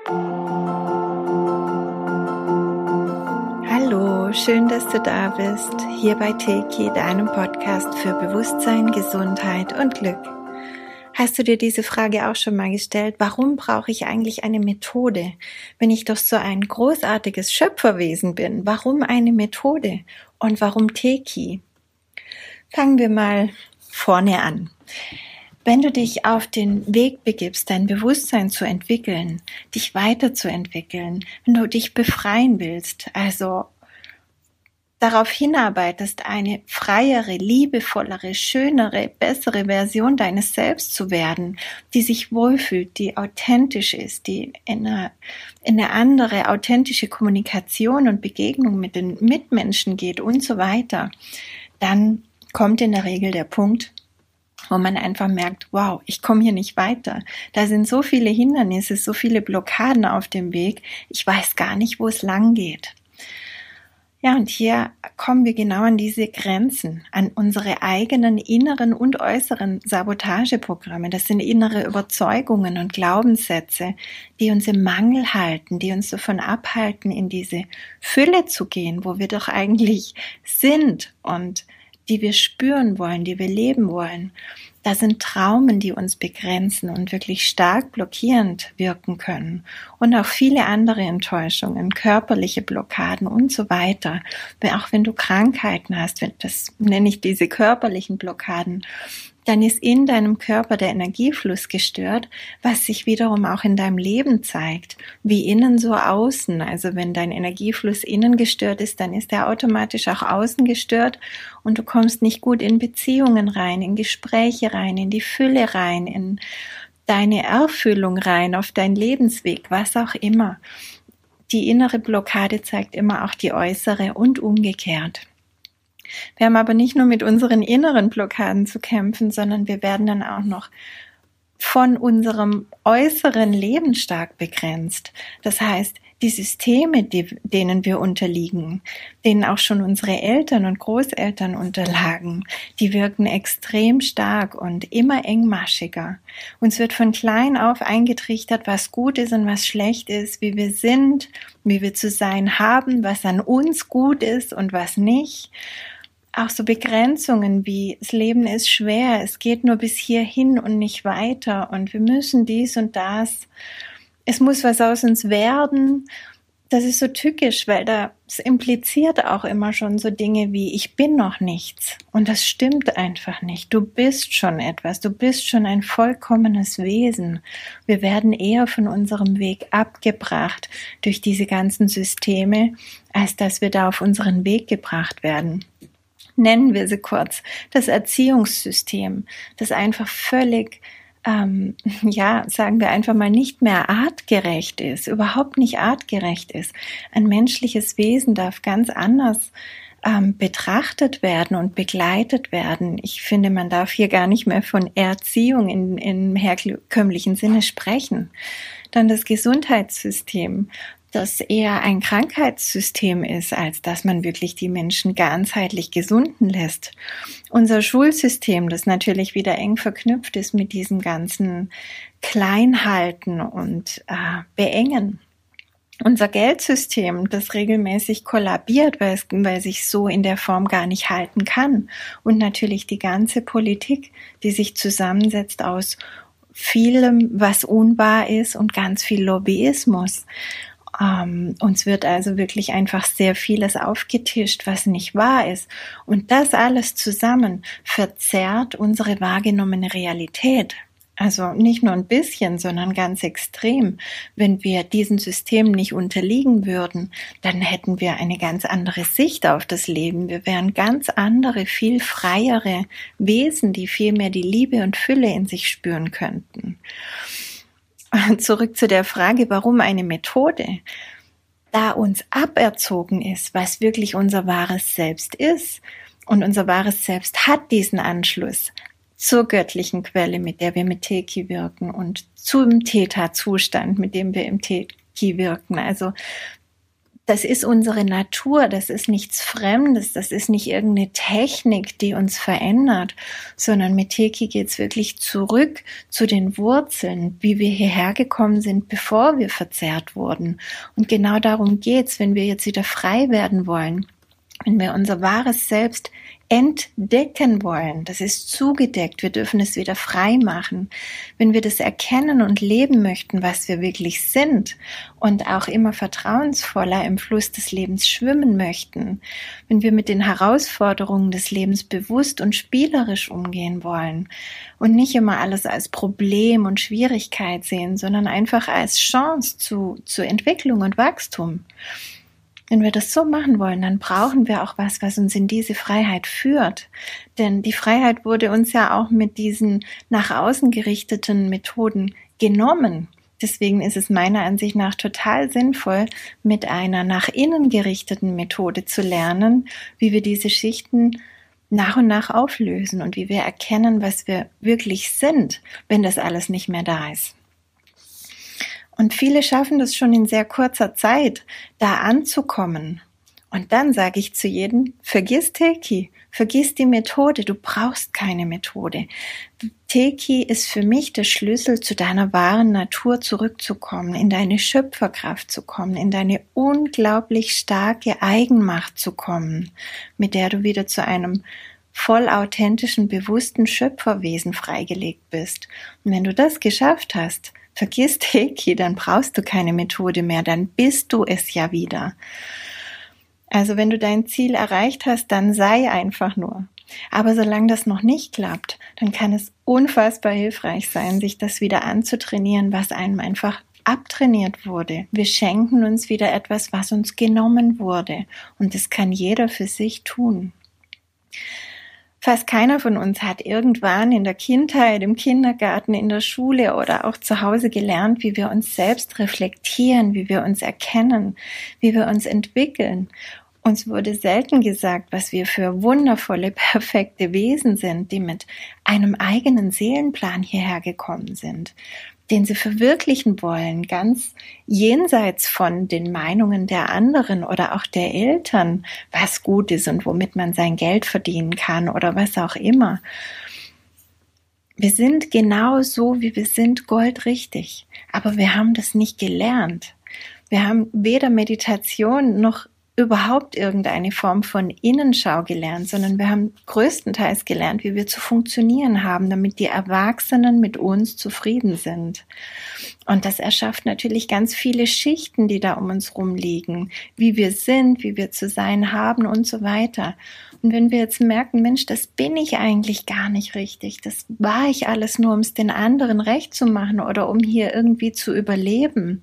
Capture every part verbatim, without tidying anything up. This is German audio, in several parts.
Hallo, schön, dass du da bist, hier bei Teki, deinem Podcast für Bewusstsein, Gesundheit und Glück. Hast du dir diese Frage auch schon mal gestellt? Warum brauche ich eigentlich eine Methode, wenn ich doch so ein großartiges Schöpferwesen bin? Warum eine Methode? Und warum Teki? Fangen wir mal vorne an. Wenn du dich auf den Weg begibst, dein Bewusstsein zu entwickeln, dich weiterzuentwickeln, wenn du dich befreien willst, also darauf hinarbeitest, eine freiere, liebevollere, schönere, bessere Version deines Selbst zu werden, die sich wohlfühlt, die authentisch ist, die in eine, in eine andere authentische Kommunikation und Begegnung mit den Mitmenschen geht und so weiter, dann kommt in der Regel der Punkt, wo man einfach merkt, wow, ich komme hier nicht weiter. Da sind so viele Hindernisse, so viele Blockaden auf dem Weg. Ich weiß gar nicht, wo es lang geht. Ja, und hier kommen wir genau an diese Grenzen, an unsere eigenen inneren und äußeren Sabotageprogramme. Das sind innere Überzeugungen und Glaubenssätze, die uns im Mangel halten, die uns davon abhalten, in diese Fülle zu gehen, wo wir doch eigentlich sind und die wir spüren wollen, die wir leben wollen. Da sind Traumen, die uns begrenzen und wirklich stark blockierend wirken können. Und auch viele andere Enttäuschungen, körperliche Blockaden und so weiter. Auch wenn du Krankheiten hast, das nenne ich diese körperlichen Blockaden, dann ist in deinem Körper der Energiefluss gestört, was sich wiederum auch in deinem Leben zeigt, wie innen so außen. Also wenn dein Energiefluss innen gestört ist, dann ist er automatisch auch außen gestört und du kommst nicht gut in Beziehungen rein, in Gespräche rein, in die Fülle rein, in deine Erfüllung rein, auf deinen Lebensweg, was auch immer. Die innere Blockade zeigt immer auch die äußere und umgekehrt. Wir haben aber nicht nur mit unseren inneren Blockaden zu kämpfen, sondern wir werden dann auch noch von unserem äußeren Leben stark begrenzt. Das heißt, die Systeme, die, denen wir unterliegen, denen auch schon unsere Eltern und Großeltern unterlagen, die wirken extrem stark und immer engmaschiger. Uns wird von klein auf eingetrichtert, was gut ist und was schlecht ist, wie wir sind, wie wir zu sein haben, was an uns gut ist und was nicht. Auch so Begrenzungen wie, das Leben ist schwer, es geht nur bis hierhin und nicht weiter und wir müssen dies und das. Es muss was aus uns werden. Das ist so tückisch, weil das impliziert auch immer schon so Dinge wie, ich bin noch nichts. Und das stimmt einfach nicht. Du bist schon etwas, du bist schon ein vollkommenes Wesen. Wir werden eher von unserem Weg abgebracht durch diese ganzen Systeme, als dass wir da auf unseren Weg gebracht werden. Nennen wir sie kurz, das Erziehungssystem, das einfach völlig, ähm, ja, sagen wir einfach mal, nicht mehr artgerecht ist, überhaupt nicht artgerecht ist. Ein menschliches Wesen darf ganz anders ähm, betrachtet werden und begleitet werden. Ich finde, man darf hier gar nicht mehr von Erziehung in, im herkömmlichen Sinne sprechen. Dann das Gesundheitssystem, das eher ein Krankheitssystem ist, als dass man wirklich die Menschen ganzheitlich gesunden lässt. Unser Schulsystem, das natürlich wieder eng verknüpft ist mit diesem ganzen Kleinhalten und äh, Beengen. Unser Geldsystem, das regelmäßig kollabiert, weil es, weil sich so in der Form gar nicht halten kann. Und natürlich die ganze Politik, die sich zusammensetzt aus vielem, was unwahr ist und ganz viel Lobbyismus. Um, uns wird also wirklich einfach sehr vieles aufgetischt, was nicht wahr ist. Und das alles zusammen verzerrt unsere wahrgenommene Realität. Also nicht nur ein bisschen, sondern ganz extrem. Wenn wir diesem System nicht unterliegen würden, dann hätten wir eine ganz andere Sicht auf das Leben. Wir wären ganz andere, viel freiere Wesen, die viel mehr die Liebe und Fülle in sich spüren könnten. Zurück zu der Frage, warum eine Methode? Da uns aberzogen ist, was wirklich unser wahres Selbst ist. Und unser wahres Selbst hat diesen Anschluss zur göttlichen Quelle, mit der wir mit Teki wirken und zum Theta-Zustand, mit dem wir im Teki wirken. Also Das ist unsere Natur, das ist nichts Fremdes, das ist nicht irgendeine Technik, die uns verändert, sondern mit Teki geht's wirklich zurück zu den Wurzeln, wie wir hierher gekommen sind, bevor wir verzehrt wurden. Und genau darum geht's, wenn wir jetzt wieder frei werden wollen, wenn wir unser wahres Selbst entdecken wollen. Das ist zugedeckt, wir dürfen es wieder frei machen. Wenn wir das erkennen und leben möchten, was wir wirklich sind und auch immer vertrauensvoller im Fluss des Lebens schwimmen möchten, wenn wir mit den Herausforderungen des Lebens bewusst und spielerisch umgehen wollen und nicht immer alles als Problem und Schwierigkeit sehen, sondern einfach als Chance zu, zu Entwicklung und Wachstum. Wenn wir das so machen wollen, dann brauchen wir auch was, was uns in diese Freiheit führt. Denn die Freiheit wurde uns ja auch mit diesen nach außen gerichteten Methoden genommen. Deswegen ist es meiner Ansicht nach total sinnvoll, mit einer nach innen gerichteten Methode zu lernen, wie wir diese Schichten nach und nach auflösen und wie wir erkennen, was wir wirklich sind, wenn das alles nicht mehr da ist. Und viele schaffen das schon in sehr kurzer Zeit, da anzukommen. Und dann sage ich zu jedem, vergiss Teki, vergiss die Methode, du brauchst keine Methode. Teki ist für mich der Schlüssel, zu deiner wahren Natur zurückzukommen, in deine Schöpferkraft zu kommen, in deine unglaublich starke Eigenmacht zu kommen, mit der du wieder zu einem voll authentischen, bewussten Schöpferwesen freigelegt bist. Und wenn du das geschafft hast, vergiss Teki, dann brauchst du keine Methode mehr, dann bist du es ja wieder. Also wenn du dein Ziel erreicht hast, dann sei einfach nur. Aber solange das noch nicht klappt, dann kann es unfassbar hilfreich sein, sich das wieder anzutrainieren, was einem einfach abtrainiert wurde. Wir schenken uns wieder etwas, was uns genommen wurde. Und das kann jeder für sich tun. Fast keiner von uns hat irgendwann in der Kindheit, im Kindergarten, in der Schule oder auch zu Hause gelernt, wie wir uns selbst reflektieren, wie wir uns erkennen, wie wir uns entwickeln. Uns wurde selten gesagt, was wir für wundervolle, perfekte Wesen sind, die mit einem eigenen Seelenplan hierher gekommen sind, den sie verwirklichen wollen, ganz jenseits von den Meinungen der anderen oder auch der Eltern, was gut ist und womit man sein Geld verdienen kann oder was auch immer. Wir sind genau so, wie wir sind, goldrichtig, aber wir haben das nicht gelernt. Wir haben weder Meditation noch überhaupt irgendeine Form von Innenschau gelernt, sondern wir haben größtenteils gelernt, wie wir zu funktionieren haben, damit die Erwachsenen mit uns zufrieden sind. Und das erschafft natürlich ganz viele Schichten, die da um uns rumliegen, wie wir sind, wie wir zu sein haben und so weiter. Und wenn wir jetzt merken, Mensch, das bin ich eigentlich gar nicht richtig, das war ich alles nur, um es den anderen recht zu machen oder um hier irgendwie zu überleben,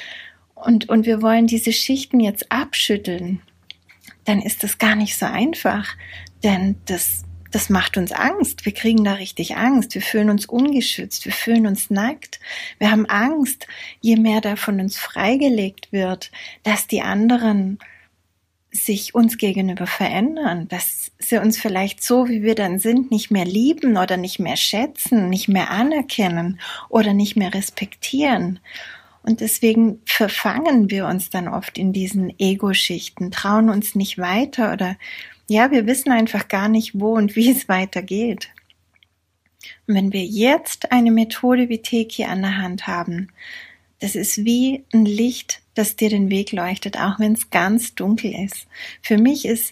Und, und wir wollen diese Schichten jetzt abschütteln, dann ist das gar nicht so einfach, denn das, das macht uns Angst. Wir kriegen da richtig Angst. Wir fühlen uns ungeschützt, wir fühlen uns nackt. Wir haben Angst, je mehr da von uns freigelegt wird, dass die anderen sich uns gegenüber verändern, dass sie uns vielleicht so, wie wir dann sind, nicht mehr lieben oder nicht mehr schätzen, nicht mehr anerkennen oder nicht mehr respektieren. Und deswegen verfangen wir uns dann oft in diesen Ego-Schichten, trauen uns nicht weiter oder ja, wir wissen einfach gar nicht, wo und wie es weitergeht. Und wenn wir jetzt eine Methode wie Teki an der Hand haben, das ist wie ein Licht, das dir den Weg leuchtet, auch wenn es ganz dunkel ist. Für mich ist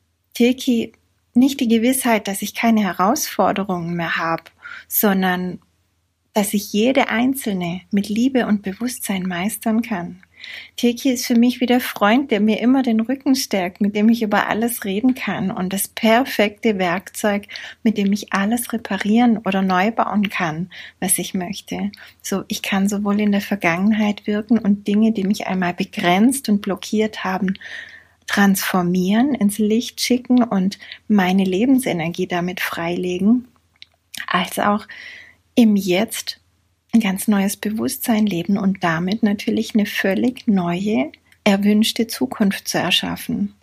Teki nicht die Gewissheit, dass ich keine Herausforderungen mehr habe, sondern dass ich jede einzelne mit Liebe und Bewusstsein meistern kann. Teki ist für mich wie der Freund, der mir immer den Rücken stärkt, mit dem ich über alles reden kann und das perfekte Werkzeug, mit dem ich alles reparieren oder neu bauen kann, was ich möchte. So, ich kann sowohl in der Vergangenheit wirken und Dinge, die mich einmal begrenzt und blockiert haben, transformieren, ins Licht schicken und meine Lebensenergie damit freilegen, als auch im Jetzt ein ganz neues Bewusstsein leben und damit natürlich eine völlig neue, erwünschte Zukunft zu erschaffen.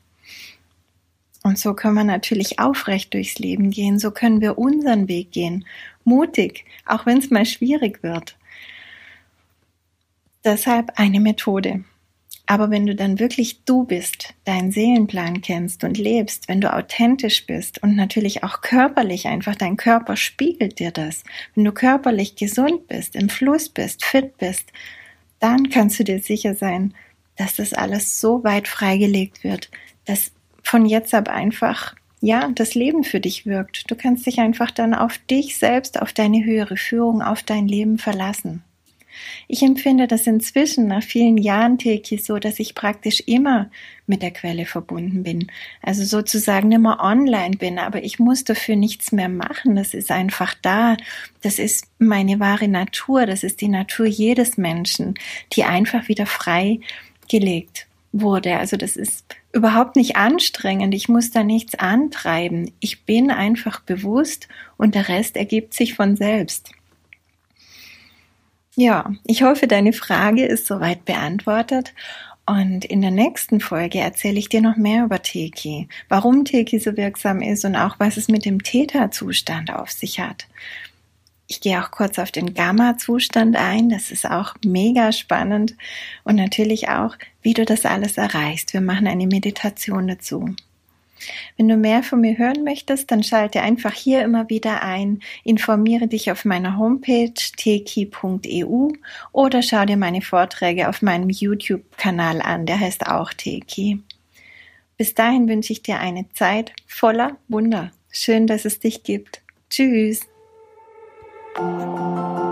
Und so können wir natürlich aufrecht durchs Leben gehen, so können wir unseren Weg gehen, mutig, auch wenn es mal schwierig wird. Deshalb eine Methode. Aber wenn du dann wirklich du bist, deinen Seelenplan kennst und lebst, wenn du authentisch bist und natürlich auch körperlich einfach, dein Körper spiegelt dir das, wenn du körperlich gesund bist, im Fluss bist, fit bist, dann kannst du dir sicher sein, dass das alles so weit freigelegt wird, dass von jetzt ab einfach, ja, das Leben für dich wirkt. Du kannst dich einfach dann auf dich selbst, auf deine höhere Führung, auf dein Leben verlassen. Ich empfinde das inzwischen nach vielen Jahren, Teki, so, dass ich praktisch immer mit der Quelle verbunden bin. Also sozusagen immer online bin, aber ich muss dafür nichts mehr machen. Das ist einfach da. Das ist meine wahre Natur. Das ist die Natur jedes Menschen, die einfach wieder frei gelegt wurde. Also das ist überhaupt nicht anstrengend. Ich muss da nichts antreiben. Ich bin einfach bewusst und der Rest ergibt sich von selbst. Ja, ich hoffe, deine Frage ist soweit beantwortet und in der nächsten Folge erzähle ich dir noch mehr über Teki, warum Teki so wirksam ist und auch, was es mit dem Theta-Zustand auf sich hat. Ich gehe auch kurz auf den Gamma-Zustand ein, das ist auch mega spannend und natürlich auch, wie du das alles erreichst. Wir machen eine Meditation dazu. Wenn du mehr von mir hören möchtest, dann schalte einfach hier immer wieder ein, informiere dich auf meiner Homepage teki punkt e u oder schau dir meine Vorträge auf meinem YouTube-Kanal an, der heißt auch Teki. Bis dahin wünsche ich dir eine Zeit voller Wunder. Schön, dass es dich gibt. Tschüss!